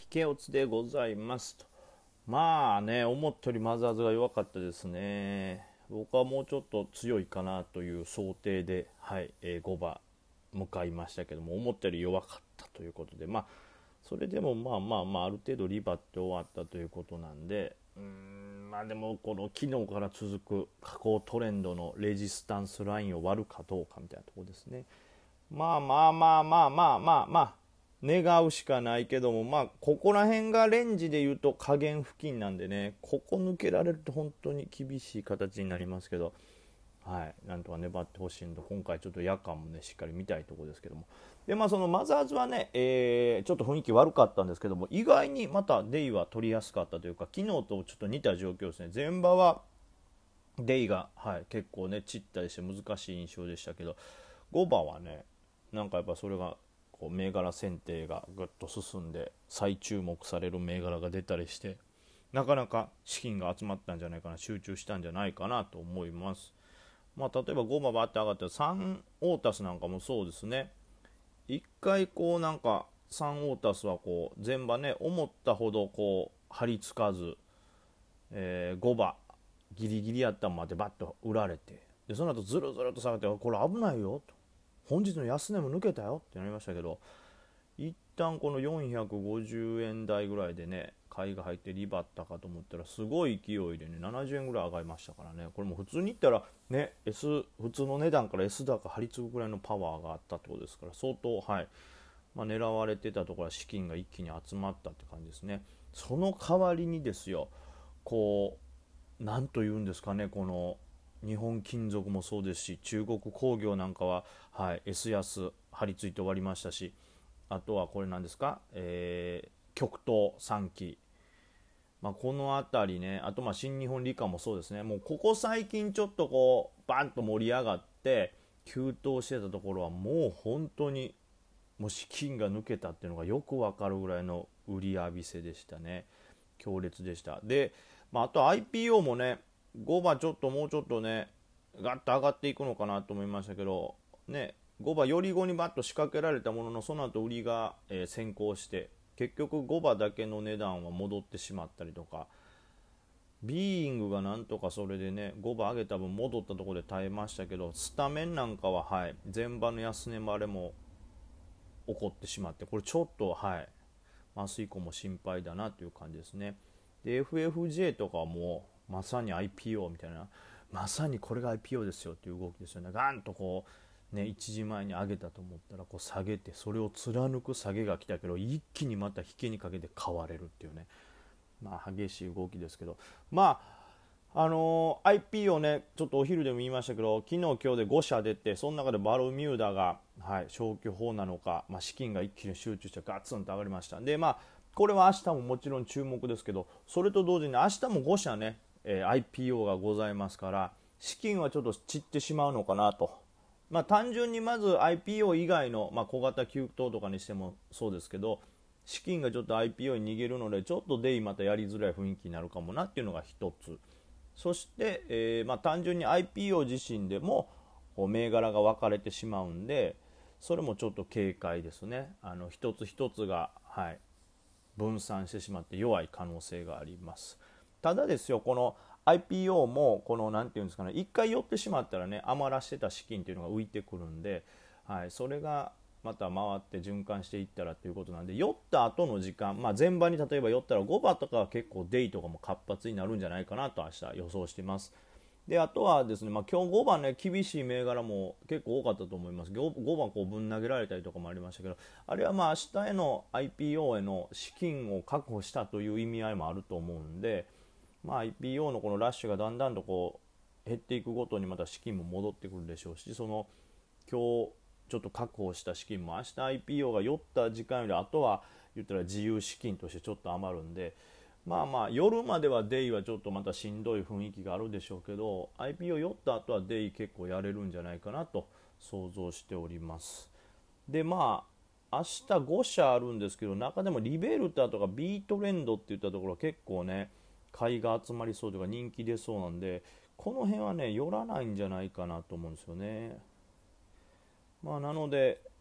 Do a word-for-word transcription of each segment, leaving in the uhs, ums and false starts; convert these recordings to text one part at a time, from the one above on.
ケオツでございますと。まあね、思ったよりマザーズが弱かったですね。僕はもうちょっと強いかなという想定で、はい、えー、ごば向かいましたけども、思ったより弱かったということで、まあそれでもまあまあまあある程度リバって終わったということなんで、うーんまあでもこの昨日から続く下降トレンドのレジスタンスラインを割るかどうかみたいなところですね。まあまあまあまあまあまあまあ願うしかないけども、まあここら辺がレンジで言うと下限付近なんでね、ここ抜けられると本当に厳しい形になりますけど、はい、なんとか粘ってほしいのと、今回ちょっと夜間もねしっかり見たいところですけども、でまあそのマザーズはね、えー、ちょっと雰囲気悪かったんですけども、意外にまたデイは取りやすかったというか、昨日とちょっと似た状況ですね。前場はデイが、はい、結構ね散ったりして難しい印象でしたけど、ごばはねなんかやっぱそれがこう銘柄選定がぐっと進んで再注目される銘柄が出たりして、なかなか資金が集まったんじゃないかな、集中したんじゃないかなと思います。まあ、例えばごばバーって上がったらさんオータスなんかもそうですね。一回こうなんかさんオータスはこう前場ね思ったほどこう張り付かず、えー、ごばギリギリやったんまでバッと売られて、でその後ずるずると下がって、これ危ないよと、本日の安値も抜けたよってなりましたけど、一旦このよんひゃくごじゅうえん台ぐらいでね買いが入ってリバったかと思ったら、すごい勢いでねななじゅうえんぐらい上がりましたからね。これも普通に言ったらね S 普通の値段から S 高張り付くぐらいのパワーがあったってことですから、相当はい、まあ、狙われてたところは資金が一気に集まったって感じですね。その代わりにですよ、こうなんというんですかね、この日本金属もそうですし、中国工業なんかは、はい、S 安張り付いて終わりましたし、あとはこれなんですか、えー、極東さんき、まあ、この辺りね、あとまあ新日本理科もそうですね。もうここ最近ちょっとこうバンと盛り上がって急騰してたところは、もう本当にもう資金が抜けたっていうのがよくわかるぐらいの売り浴びせでしたね。強烈でした。で、まあ、あと アイピーオー もねごばちょっともうちょっとねガッと上がっていくのかなと思いましたけどね、ごばよりごにバッと仕掛けられたものの、その後売りが、えー先行して結局ごばだけの値段は戻ってしまったりとか、ビーイングがなんとかそれでねごば上げた分戻ったところで耐えましたけど、スタメンなんかは、はい、前場の安値もあれも起こってしまって、これちょっとはい明日以降も心配だなという感じですね。で エフエフジェー とかはもうまさに アイピーオー みたいな、まさにこれが アイピーオー ですよっていう動きですよね。ガンとこうねいちじまえに上げたと思ったらこう下げて、それを貫く下げが来たけど一気にまた引けにかけて買われるっていうね、まあ激しい動きですけど、まああのー、アイピー をねちょっとお昼でも言いましたけど、昨日今日でご社出て、その中でバルミューダが、はい、消去法なのか、まあ、資金が一気に集中してガツンと上がりました。でまあこれは明日ももちろん注目ですけど、それと同時に明日もご社ね、えー、アイピーオー がございますから、資金はちょっと散ってしまうのかなと。まあ、単純にまず アイピーオー 以外の、まあ、小型給湯とかにしてもそうですけど、資金がちょっと アイピーオー に逃げるので、ちょっとデイまたやりづらい雰囲気になるかもなっていうのが一つ。そして、えーまあ、単純に アイピーオー 自身でも銘柄が分かれてしまうんで、それもちょっと警戒ですね。あの一つ一つが、はい、分散してしまって弱い可能性があります。ただですよ、この アイピーオー もこのなんていうんですかね、一回寄ってしまったらね余らしてた資金っていうのが浮いてくるんで、はい、それがまた回って循環していったらということなんで、寄った後の時間、まあ、前場に例えば寄ったらごばとかは結構デイとかも活発になるんじゃないかなと明日予想しています。であとはですね、まあ、今日ごばね厳しい銘柄も結構多かったと思います。ごばこうぶん投げられたりとかもありましたけど、あれはまあ明日への アイピーオー への資金を確保したという意味合いもあると思うんで、まあ、アイピーオー のこのラッシュがだんだんとこう減っていくごとにまた資金も戻ってくるでしょうし、その今日ちょっと確保した資金も明日 アイピーオー が酔った時間よりあとは言ったら自由資金としてちょっと余るんで、まあまあ夜まではデイはちょっとまたしんどい雰囲気があるでしょうけど、 アイピーオー 酔った後はデイ結構やれるんじゃないかなと想像しております。でまあ明日ご社あるんですけど、中でもリベルタとかビートレンドっていったところは結構ね買いが集まりそうというか人気出そうなんで、この辺はね寄らないんじゃないかなと思うんですよね。まあなので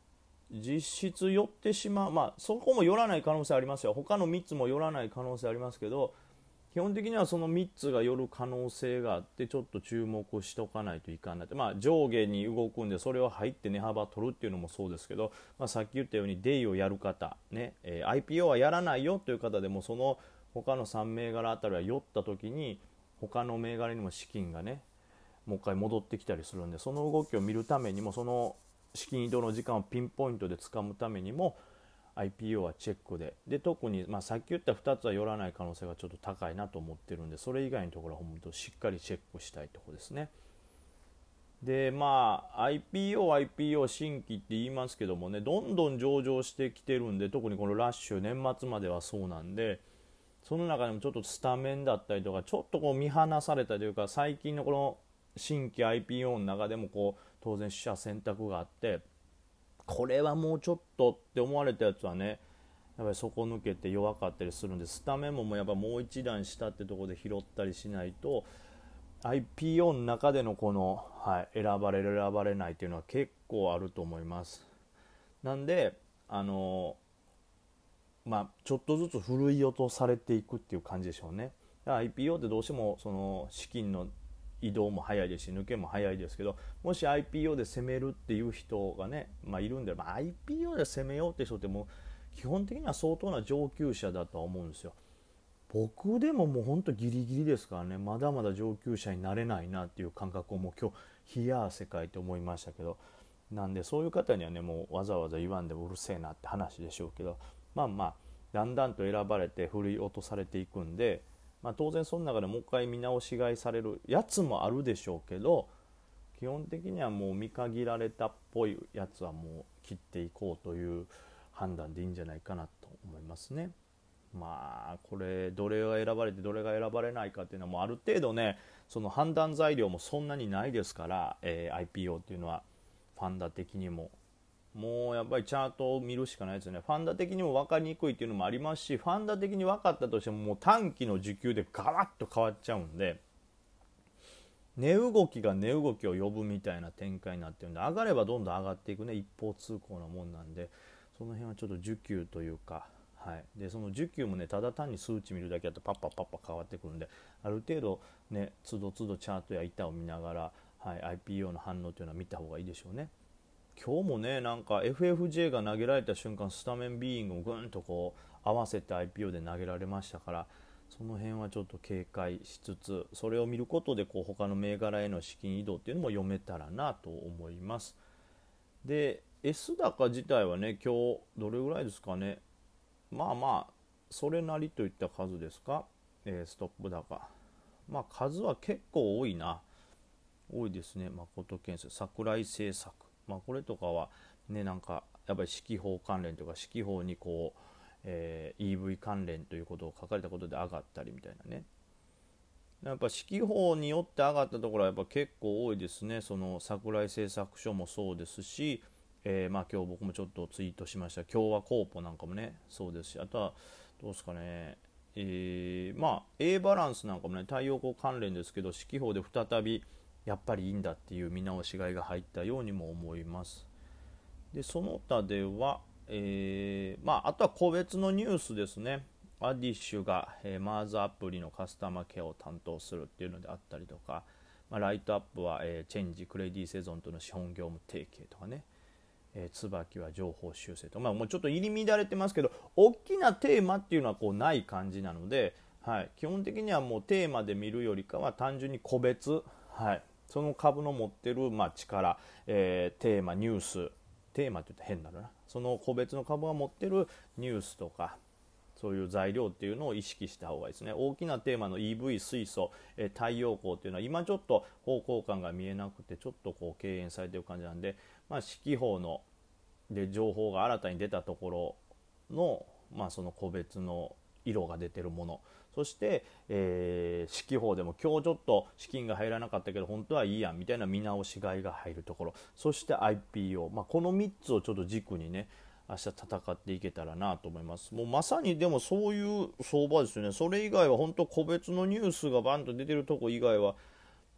実質寄ってしまう、まあそこも寄らない可能性ありますよ。他のみっつも寄らない可能性ありますけど、基本的にはそのみっつが寄る可能性があって、ちょっと注目しとかないといかんなって、まあ、上下に動くんでそれを入って値幅取るっていうのもそうですけど、まあ、さっき言ったようにデイをやる方、ねえー、アイピーオー はやらないよという方でも、その他のさん銘柄あたりは寄った時に他の銘柄にも資金がねもう一回戻ってきたりするんで、その動きを見るためにも、その資金移動の時間をピンポイントで掴むためにもアイピーオー はチェックで、で特に、まあ、さっき言ったふたつは寄らない可能性がちょっと高いなと思ってるんで、それ以外のところは本当しっかりチェックしたいところですね。でまあ アイピーオー、アイピーオー 新規って言いますけどもね、どんどん上場してきてるんで、特にこのラッシュ年末まではそうなんで、その中でもちょっとスタメンだったりとか、ちょっとこう見放されたというか、最近のこの新規 アイピーオー の中でもこう当然取捨選択があって、これはもうちょっとって思われたやつはね、やっぱり底抜けて弱かったりするんで、スタメンももうやっぱもう一段下ってところで拾ったりしないと アイピーオー の中でのこの、はい、選ばれる選ばれないっていうのは結構あると思います。なんであのまあちょっとずつふるい落とされていくっていう感じでしょうね。だから アイピーオー ってどうしてもその資金の移動も早いですし抜けも早いですけど、もし アイピーオー で攻めるっていう人がね、まあ、いるんで、まあ、アイピーオー で攻めようって人ってもう基本的には相当な上級者だとは思うんですよ。僕でももうほんとギリギリですからね、まだまだ上級者になれないなっていう感覚をもう今日冷や汗かいて思いましたけど、なんでそういう方にはねもうわざわざ言わんでもうるせえなって話でしょうけど、まあまあだんだんと選ばれて振り落とされていくんで、まあ、当然その中でもう一回見直し買いされるやつもあるでしょうけど、基本的にはもう見限られたっぽいやつはもう切っていこうという判断でいいんじゃないかなと思いますね。まあこれどれが選ばれてどれが選ばれないかっていうのはもうある程度ね、その判断材料もそんなにないですから、えー、アイピーオー っていうのはファンダ的にももうやっぱりチャートを見るしかないですよね。ファンダ的にも分かりにくいっていうのもありますし、ファンダ的に分かったとしてももう短期の時給でガラッと変わっちゃうんで、値動きが値動きを呼ぶみたいな展開になってるんで、上がればどんどん上がっていくね、一方通行なもんなんで、その辺はちょっと需給というか、はい、でその需給もねただ単に数値見るだけだとパッパッパッパ変わってくるんで、ある程度ねつどつどチャートや板を見ながら、はい、アイピーオー の反応というのは見た方がいいでしょうね。今日もねなんか エフエフジェー が投げられた瞬間スタメンビーイングをぐんとこう合わせて アイピーオー で投げられましたから、その辺はちょっと警戒しつつ、それを見ることでこう他の銘柄への資金移動っていうのも読めたらなと思います。で S 高自体はね今日どれぐらいですかね、まあまあそれなりといった数ですか、えー、ストップ高、まあ数は結構多いな、多いですね。誠建設、桜井製作、まあこれとかはねなんかやっぱり四季報関連とか四季報にこう、えー、イーブイ 関連ということを書かれたことで上がったりみたいなね、やっぱ四季報によって上がったところはやっぱ結構多いですね。その桜井製作所もそうですし、えー、まあ今日僕もちょっとツイートしました共和コーポなんかもねそうですし、あとはどうですかね、えー、まあ A バランスなんかもね太陽光関連ですけど、四季報で再びやっぱりいいんだっていう見直し買いが入ったようにも思います。でその他では、えーまあ、あとは個別のニュースですね。アディッシュが、えー、マーズアプリのカスタマーケアを担当するっていうのであったりとか、まあ、ライトアップは、えー、チェンジクレディセゾンとの資本業務提携とかね、えー、椿は情報修正とか、まあ、もうちょっと入り乱れてますけど大きなテーマっていうのはこうない感じなので、はい、基本的にはもうテーマで見るよりかは単純に個別、はい、その株の持ってる、まあ、力、えー、テーマニュース、テーマって言ったら変だな、その個別の株が持ってるニュースとかそういう材料っていうのを意識した方がいいですね。大きなテーマの イーブイ 水素、えー、太陽光っていうのは今ちょっと方向感が見えなくてちょっとこう敬遠されている感じなんで、まあ、四季報ので情報が新たに出たところの、まあ、その個別の色が出てるもの、そして、えー、四季報でも今日ちょっと資金が入らなかったけど本当はいいやんみたいな見直し買いが入るところ、そして アイピーオー、まあ、このみっつをちょっと軸にね明日戦っていけたらなと思います。もうまさにでもそういう相場ですよね。それ以外は本当個別のニュースがバンと出てるとこ以外は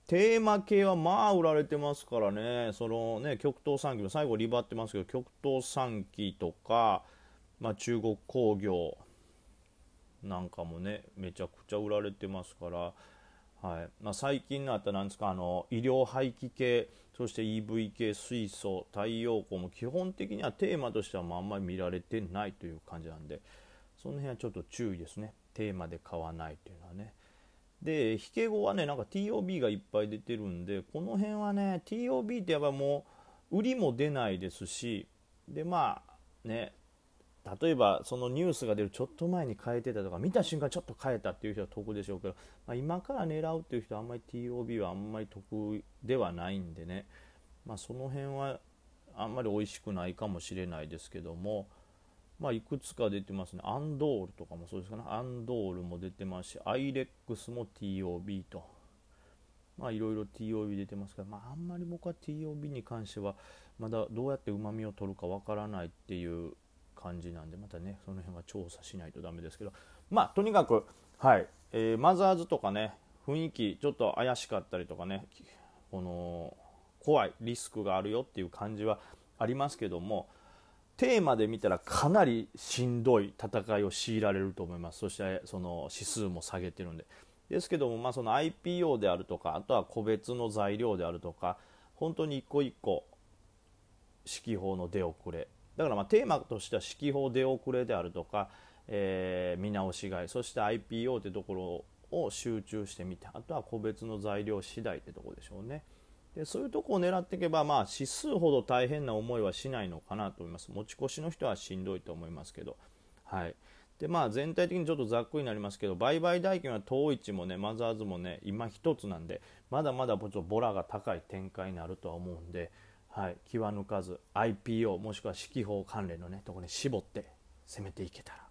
テーマ系はまあ売られてますからね。そのね、極東産機も最後リバってますけど、極東産機とか、まあ、中国工業なんかもねめちゃくちゃ売られてますから、はい、まあ、最近のあったなんですか、あの医療廃棄系、そして イーブイ 系、水素、太陽光も基本的にはテーマとしてはまああんまり見られてないという感じなんで、その辺はちょっと注意ですね。テーマで買わないというのはね。で、引け後はね、なんか ティーオービー がいっぱい出てるんで、この辺はね、ティーオービー ってやっぱもう売りも出ないですし、でまあね、例えばそのニュースが出るちょっと前に変えてたとか、見た瞬間ちょっと変えたっていう人は得でしょうけど、まあ、今から狙うっていう人はあんまり ティーオービー はあんまり得ではないんでね、まあ、その辺はあんまり美味しくないかもしれないですけども、まあ、いくつか出てますね。アンドールとかもそうですかね。アンドールも出てますし、アイレックスも ティーオービー と、まあいろいろ ティーオービー 出てますから、まああんまり僕は ティーオービー に関してはまだどうやって旨味を取るかわからないっていう感じなんで、またねその辺は調査しないとダメですけど、まあとにかくはい、えー、マザーズとかね、雰囲気ちょっと怪しかったりとかね、この怖いリスクがあるよっていう感じはありますけども、テーマで見たらかなりしんどい戦いを強いられると思います。そしてその指数も下げてるんで、ですけども、まあ、その アイピーオー であるとか、あとは個別の材料であるとか、本当に一個一個指揮法の出遅れだから、まあテーマとしては指揮法出遅れであるとか、えー見直し買い、そして アイピーオー というところを集中してみて、あとは個別の材料次第ってところでしょうね。でそういうところを狙っていけば、まあ、指数ほど大変な思いはしないのかなと思います。持ち越しの人はしんどいと思いますけど、はい。でまあ、全体的にちょっとざっくりになりますけど、売買代金は東一もね、マザーズもね、今一つなんで、まだまだちょっとボラが高い展開になるとは思うんで、はい、気は抜かず アイピーオー もしくは指揮法関連のねところに絞って攻めていけたら